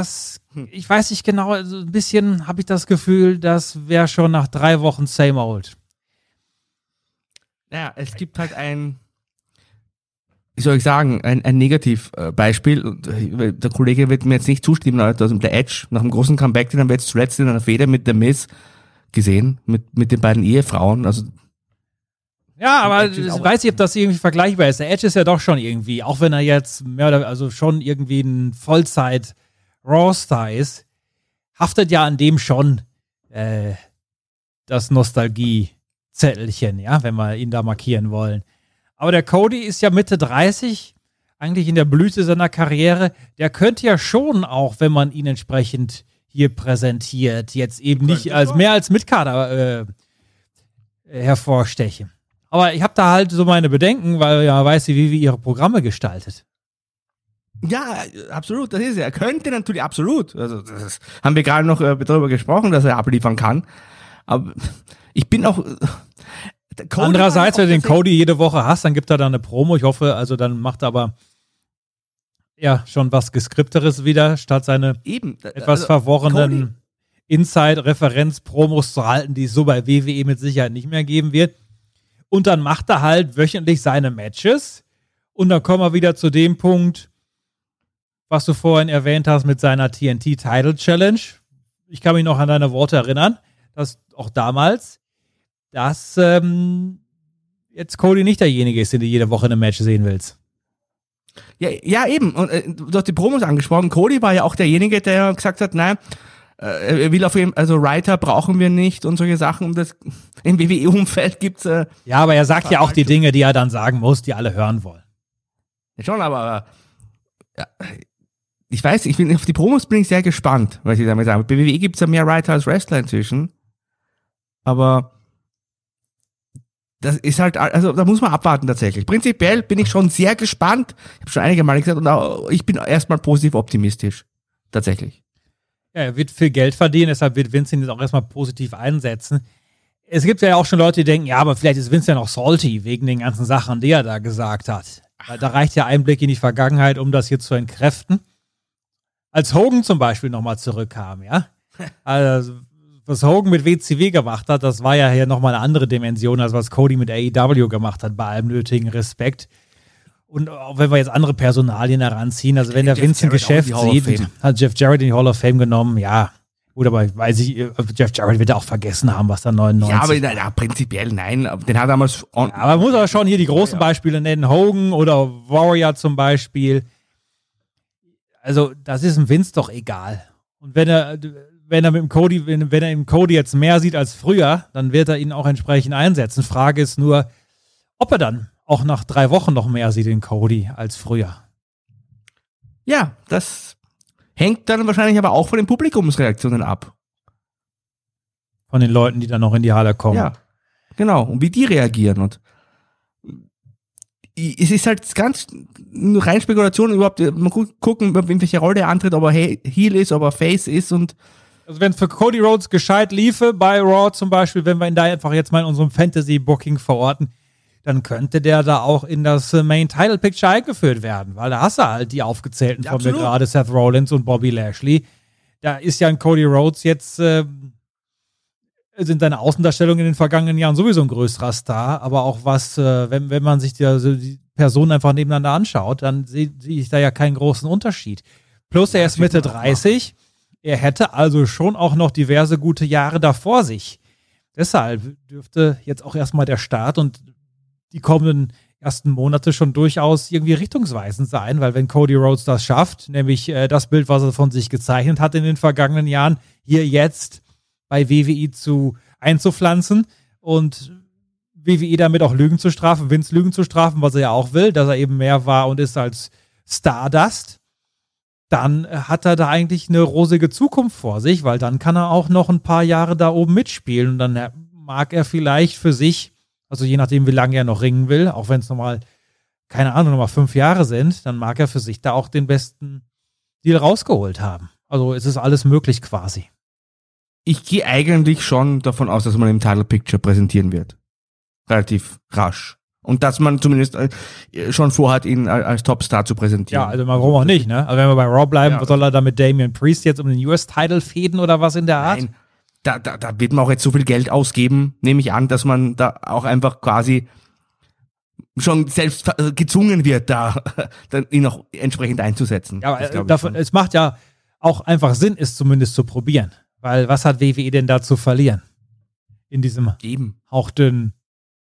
Speaker 5: ich weiß nicht genau, also ein bisschen habe ich das Gefühl, das wäre schon nach 3 Wochen same old.
Speaker 6: Naja, es gibt halt wie soll ich sagen, ein Negativbeispiel. Der Kollege wird mir jetzt nicht zustimmen, also der Edge, nach einem großen Comeback, den haben wir jetzt zuletzt in einer Fehde mit The Miz gesehen, mit den beiden Ehefrauen. Also
Speaker 5: ja, aber ich weiß nicht, ob das irgendwie vergleichbar ist. Der Edge ist ja doch schon irgendwie, auch wenn er jetzt schon irgendwie ein Vollzeit-Raw-Star ist, haftet ja an dem schon das Nostalgie-Zettelchen, ja, wenn wir ihn da markieren wollen. Aber der Cody ist ja Mitte 30, eigentlich in der Blüte seiner Karriere. Der könnte ja schon auch, wenn man ihn entsprechend hier präsentiert, jetzt eben nicht mehr als Mitkader hervorstechen. Aber ich habe da halt so meine Bedenken, weil ja weiß sie, wie ihre Programme gestaltet.
Speaker 6: Ja, absolut, das ist er. Er könnte natürlich absolut. Also das haben wir gerade noch darüber gesprochen, dass er abliefern kann. Aber ich bin auch...
Speaker 5: Andererseits, wenn du den Cody jede Woche hast, dann gibt er da eine Promo. Ich hoffe, also dann macht er aber schon was Geskripteres wieder, statt seine etwas verworrenen Inside-Referenz-Promos zu halten, die es so bei WWE mit Sicherheit nicht mehr geben wird. Und dann macht er halt wöchentlich seine Matches. Und dann kommen wir wieder zu dem Punkt, was du vorhin erwähnt hast mit seiner TNT Title Challenge. Ich kann mich noch an deine Worte erinnern, dass auch damals, dass jetzt Cody nicht derjenige ist, den du jede Woche in einem Match sehen willst.
Speaker 6: Ja, eben. Und du hast die Promos angesprochen. Cody war ja auch derjenige, der gesagt hat, nein, er will auf jeden Fall, also Writer brauchen wir nicht und solche Sachen. Und das im WWE-Umfeld gibt's.
Speaker 5: Ja, aber er sagt ja auch die Dinge, die er dann sagen muss, die alle hören wollen.
Speaker 6: Ja, schon, aber ja, ich weiß, auf die Promos bin ich sehr gespannt, was ich damit sagen. Bei WWE gibt's ja mehr Writer als Wrestler inzwischen. Aber das ist halt, also da muss man abwarten tatsächlich. Prinzipiell bin ich schon sehr gespannt. Ich habe schon einige Male gesagt und auch, ich bin erstmal positiv optimistisch. Tatsächlich.
Speaker 5: Ja, er wird viel Geld verdienen, deshalb wird Vince ihn jetzt auch erstmal positiv einsetzen. Es gibt ja auch schon Leute, die denken, ja, aber vielleicht ist Vince ja noch salty wegen den ganzen Sachen, die er da gesagt hat. Weil da reicht ja ein Blick in die Vergangenheit, um das hier zu entkräften. Als Hogan zum Beispiel nochmal zurückkam, ja. Also was Hogan mit WCW gemacht hat, das war ja hier nochmal eine andere Dimension, als was Cody mit AEW gemacht hat, bei allem nötigen Respekt. Und auch wenn wir jetzt andere Personalien heranziehen, also wenn der Vince ein Geschäft sieht, hat Jeff Jarrett in die Hall of Fame genommen, ja. Gut, aber weiß ich, Jeff Jarrett wird auch vergessen haben, was da 99
Speaker 6: Ja, aber prinzipiell nein. Den hat er damals...
Speaker 5: aber man muss aber schon hier die großen Beispiele nennen. Hogan oder Warrior zum Beispiel. Also, das ist dem Vince doch egal. Und wenn er mit dem Cody, wenn er im Cody jetzt mehr sieht als früher, dann wird er ihn auch entsprechend einsetzen. Frage ist nur, ob er dann auch nach 3 Wochen noch mehr sieht in Cody als früher.
Speaker 6: Ja, das hängt dann wahrscheinlich aber auch von den Publikumsreaktionen ab.
Speaker 5: Von den Leuten, die dann noch in die Halle kommen.
Speaker 6: Ja, genau. Und wie die reagieren. Und es ist halt ganz rein Spekulation überhaupt. Man gucken, in welche Rolle er antritt, ob er Heel ist, ob er Face ist und
Speaker 5: also wenn es für Cody Rhodes gescheit liefe, bei Raw zum Beispiel, wenn wir ihn da einfach jetzt mal in unserem Fantasy-Booking verorten, dann könnte der da auch in das Main-Title-Picture eingeführt werden, weil da hast du halt die aufgezählten von mir gerade, Seth Rollins und Bobby Lashley. Da ist ja ein Cody Rhodes jetzt, sind seine Außendarstellungen in den vergangenen Jahren sowieso ein größerer Star, aber auch was, wenn man sich die Personen einfach nebeneinander anschaut, dann sehe ich da ja keinen großen Unterschied. Plus er ist Mitte 30, er hätte also schon auch noch diverse gute Jahre da vor sich. Deshalb dürfte jetzt auch erstmal der Start und die kommenden ersten Monate schon durchaus irgendwie richtungsweisend sein, weil wenn Cody Rhodes das schafft, nämlich das Bild, was er von sich gezeichnet hat in den vergangenen Jahren, hier jetzt bei WWE einzupflanzen und WWE damit auch Lügen zu strafen, Vince Lügen zu strafen, was er ja auch will, dass er eben mehr war und ist als Stardust, dann hat er da eigentlich eine rosige Zukunft vor sich, weil dann kann er auch noch ein paar Jahre da oben mitspielen und dann mag er vielleicht für sich, also je nachdem, wie lange er noch ringen will, auch wenn es nochmal, keine Ahnung, nochmal 5 Jahre sind, dann mag er für sich da auch den besten Deal rausgeholt haben. Also es ist alles möglich quasi.
Speaker 6: Ich gehe eigentlich schon davon aus, dass man im Title Picture präsentieren wird. Relativ rasch. Und dass man zumindest schon vorhat, ihn als Topstar zu präsentieren.
Speaker 5: Ja, also warum auch nicht, ne? Also wenn wir bei Raw bleiben, was soll er da mit Damian Priest jetzt um den US-Title fäden oder was in der Art?
Speaker 6: Nein, da wird man auch jetzt so viel Geld ausgeben, nehme ich an, dass man da auch einfach quasi schon selbst gezwungen wird, da ihn auch entsprechend einzusetzen.
Speaker 5: Ja, aber es macht ja auch einfach Sinn, es zumindest zu probieren. Weil was hat WWE denn da zu verlieren? In diesem hauchdünnen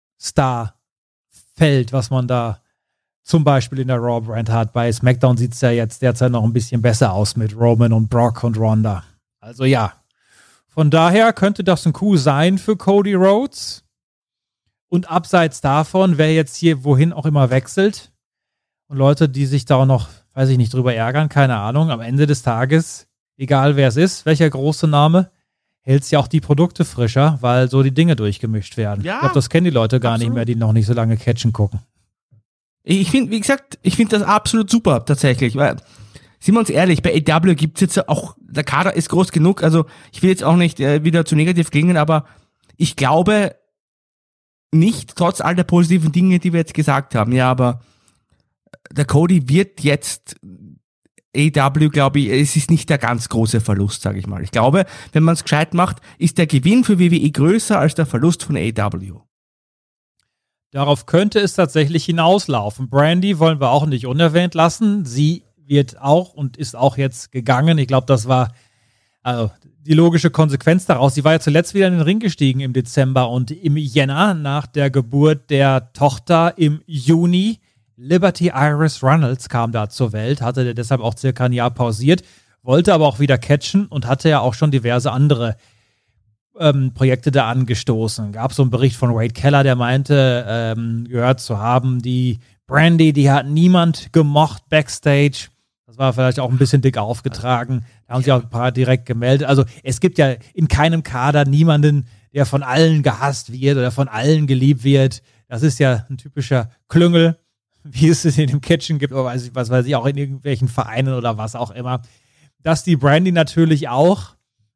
Speaker 5: Star-Feld, was man da zum Beispiel in der Raw-Brand hat. Bei SmackDown sieht es ja jetzt derzeit noch ein bisschen besser aus mit Roman und Brock und Ronda. Also ja, von daher könnte das ein Coup sein für Cody Rhodes. Und abseits davon, wer jetzt hier wohin auch immer wechselt und Leute, die sich da auch noch, weiß ich nicht, drüber ärgern, keine Ahnung, am Ende des Tages, egal wer es ist, welcher große Name, hält ja auch die Produkte frischer, weil so die Dinge durchgemischt werden. Ja, ich glaube, das kennen die Leute gar nicht mehr, die noch nicht so lange Catchen gucken.
Speaker 6: Ich finde, wie gesagt, das absolut super, tatsächlich, weil, sind wir uns ehrlich, bei AEW gibt es jetzt auch, der Kader ist groß genug, also ich will jetzt auch nicht wieder zu negativ klingen, aber ich glaube nicht, trotz all der positiven Dinge, die wir jetzt gesagt haben, ja, aber der Cody wird jetzt AEW, glaube ich, es ist nicht der ganz große Verlust, sage ich mal. Ich glaube, wenn man es gescheit macht, ist der Gewinn für WWE größer als der Verlust von AEW.
Speaker 5: Darauf könnte es tatsächlich hinauslaufen. Brandy wollen wir auch nicht unerwähnt lassen. Sie wird auch und ist auch jetzt gegangen. Ich glaube, das war die logische Konsequenz daraus. Sie war ja zuletzt wieder in den Ring gestiegen im Dezember und im Jänner nach der Geburt der Tochter im Juni. Liberty Iris Runnels kam da zur Welt, hatte deshalb auch circa ein Jahr pausiert, wollte aber auch wieder catchen und hatte ja auch schon diverse andere Projekte da angestoßen. Gab so einen Bericht von Wade Keller, der meinte, gehört zu haben, die Brandy, die hat niemand gemocht backstage. Das war vielleicht auch ein bisschen dick aufgetragen. Da haben sich auch ein paar direkt gemeldet. Also es gibt ja in keinem Kader niemanden, der von allen gehasst wird oder von allen geliebt wird. Das ist ja ein typischer Klüngel, wie es in dem Catchen gibt, oder was weiß ich, auch in irgendwelchen Vereinen oder was auch immer. Dass die Brandy natürlich auch,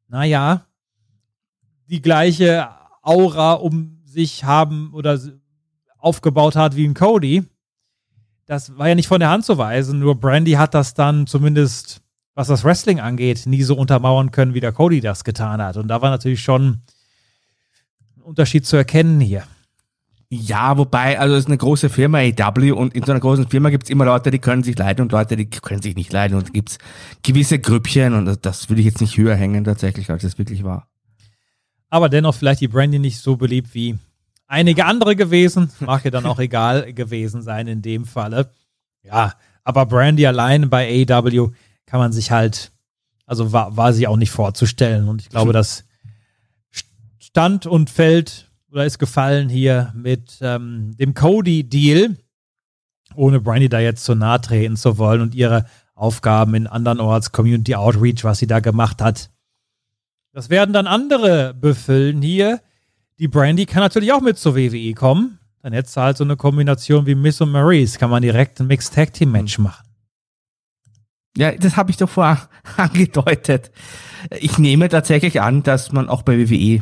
Speaker 5: die gleiche Aura um sich haben oder aufgebaut hat wie ein Cody. Das war ja nicht von der Hand zu weisen, nur Brandy hat das dann zumindest, was das Wrestling angeht, nie so untermauern können, wie der Cody das getan hat. Und da war natürlich schon ein Unterschied zu erkennen hier.
Speaker 6: Ja, wobei, also es ist eine große Firma, AEW, und in so einer großen Firma gibt es immer Leute, die können sich leiden und Leute, die können sich nicht leiden. Und es gibt gewisse Grüppchen und das würde ich jetzt nicht höher hängen tatsächlich, als es wirklich war.
Speaker 5: Aber dennoch vielleicht die Brandy nicht so beliebt wie einige andere gewesen. Mag ja dann auch egal gewesen sein in dem Falle. Ja, aber Brandy allein bei AEW kann man sich halt, also war sie auch nicht vorzustellen. Und ich glaube, das stand und fällt oder ist gefallen hier mit dem Cody-Deal, ohne Brandy da jetzt zu nahe treten zu wollen und ihre Aufgaben in andernorts, Community Outreach, was sie da gemacht hat. Das werden dann andere befüllen hier. Die Brandy kann natürlich auch mit zur WWE kommen. Dann hättest du halt so eine Kombination wie Miss und Maryse. Kann man direkt ein Mixed Tag Team Match machen.
Speaker 6: Ja, das habe ich doch vorher angedeutet. Ich nehme tatsächlich an, dass man auch bei WWE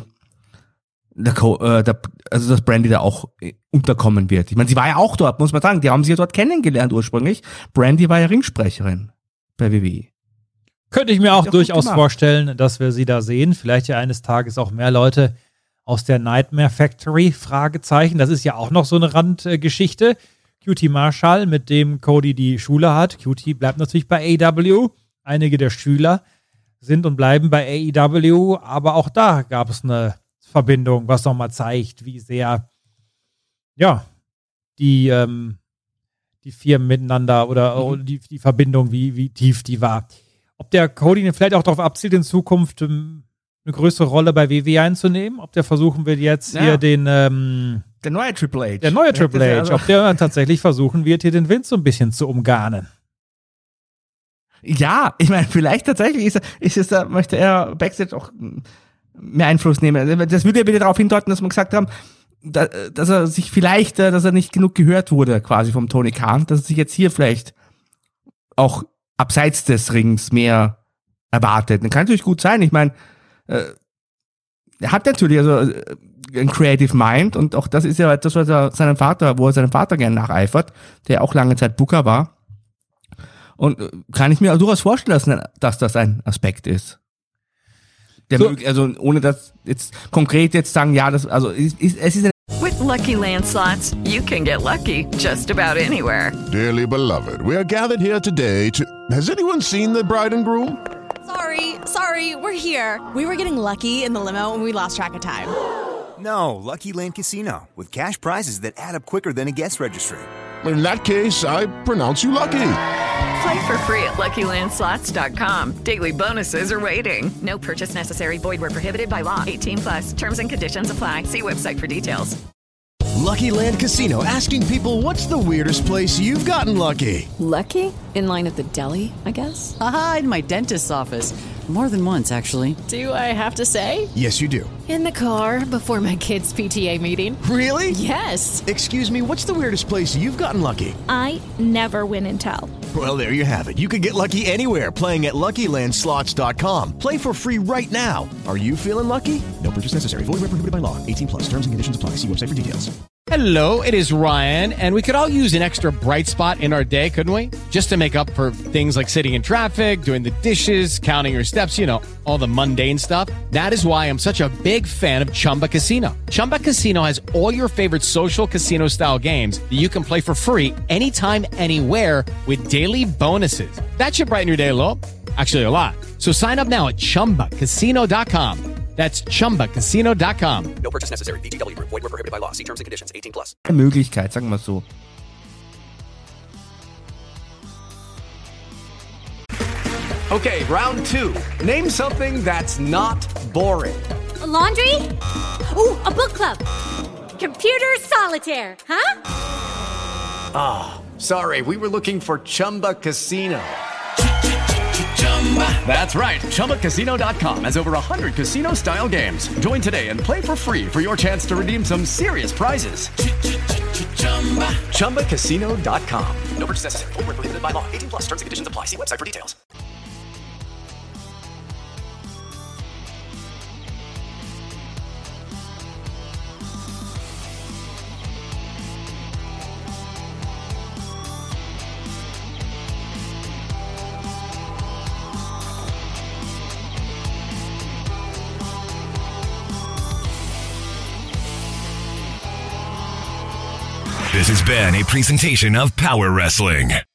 Speaker 6: also dass Brandy da auch unterkommen wird. Ich meine, sie war ja auch dort, muss man sagen. Die haben sie ja dort kennengelernt ursprünglich. Brandy war ja Ringsprecherin bei WWE.
Speaker 5: Könnte ich mir auch durchaus vorstellen, dass wir sie da sehen. Vielleicht ja eines Tages auch mehr Leute aus der Nightmare Factory, Fragezeichen. Das ist ja auch noch so eine Randgeschichte. QT Marshall, mit dem Cody die Schule hat. QT bleibt natürlich bei AEW. Einige der Schüler sind und bleiben bei AEW. Aber auch da gab es eine Verbindung, was nochmal zeigt, wie sehr, ja, die Firmen miteinander oder die Verbindung, wie tief die war. Ob der Cody vielleicht auch darauf abzielt, in Zukunft eine größere Rolle bei WWE einzunehmen, ob der versuchen wird jetzt hier der
Speaker 6: neue Triple H.
Speaker 5: Der neue Triple H, ob der tatsächlich versuchen wird, hier den Vince so ein bisschen zu umgarnen.
Speaker 6: Ja, ich meine, vielleicht tatsächlich möchte er Backstage auch mehr Einfluss nehmen. Das würde ja wieder darauf hindeuten, dass wir gesagt haben, dass er sich vielleicht, dass er nicht genug gehört wurde quasi vom Tony Khan, dass er sich jetzt hier vielleicht auch abseits des Rings mehr erwartet. Das kann natürlich gut sein. Ich meine, er hat natürlich ein Creative Mind und auch das ist ja etwas, wo er seinem Vater gerne nacheifert, der auch lange Zeit Booker war. Und kann ich mir durchaus vorstellen, dass das ein Aspekt ist. Also ohne das jetzt konkret jetzt sagen, ja, es ist
Speaker 11: With Lucky Land Slots, you can get lucky just about anywhere.
Speaker 13: Dearly beloved, we are gathered here today to... Has anyone seen the bride and groom?
Speaker 14: Sorry, we're here. We were getting lucky in the limo and we lost track of time.
Speaker 15: No, Lucky Land Casino, with cash prizes that add up quicker than a guest registry.
Speaker 13: In that case, I pronounce you lucky.
Speaker 11: Play for free at LuckyLandSlots.com. Daily bonuses are waiting. No purchase necessary. Void where prohibited by law. 18+. Terms and conditions apply. See website for details.
Speaker 7: Lucky Land Casino, asking people, what's the weirdest place you've gotten lucky?
Speaker 8: Lucky? In line at the deli, I guess?
Speaker 9: Aha, in my dentist's office. More than once, actually.
Speaker 8: Do I have to say?
Speaker 7: Yes, you do.
Speaker 8: In the car before my kids' PTA meeting.
Speaker 7: Really?
Speaker 8: Yes.
Speaker 7: Excuse me, what's the weirdest place you've gotten lucky?
Speaker 16: I never win and tell.
Speaker 7: Well, there you have it. You can get lucky anywhere, playing at LuckyLandSlots.com. Play for free right now. Are you feeling lucky? No purchase necessary. Void where prohibited by law. 18 plus. Terms and conditions apply. See website for details.
Speaker 3: Hello, it is Ryan, and we could all use an extra bright spot in our day, couldn't we? Just to make up for things like sitting in traffic, doing the dishes, counting your steps, you know, all the mundane stuff. That is why I'm such a big fan of Chumba Casino. Chumba Casino has all your favorite social casino-style games that you can play for free anytime, anywhere with daily bonuses. That should brighten your day a little. Actually, a lot. So sign up now at ChumbaCasino.com. That's ChumbaCasino.com.
Speaker 10: No purchase necessary. VGW Group. Void where prohibited by law. See terms and conditions. 18 plus.
Speaker 6: Möglichkeit, sagen wir so.
Speaker 1: Okay, round two. Name something that's not boring.
Speaker 2: A laundry? Ooh, a book club. Computer solitaire, huh?
Speaker 1: Ah, sorry, we were looking for Chumba Casino. That's right. ChumbaCasino.com has over 100 casino-style games. Join today and play for free for your chance to redeem some serious prizes. ChumbaCasino.com.
Speaker 10: No purchase necessary. Void where prohibited by law. 18 plus. Terms and conditions apply. See website for details.
Speaker 4: This has been a presentation of Power Wrestling.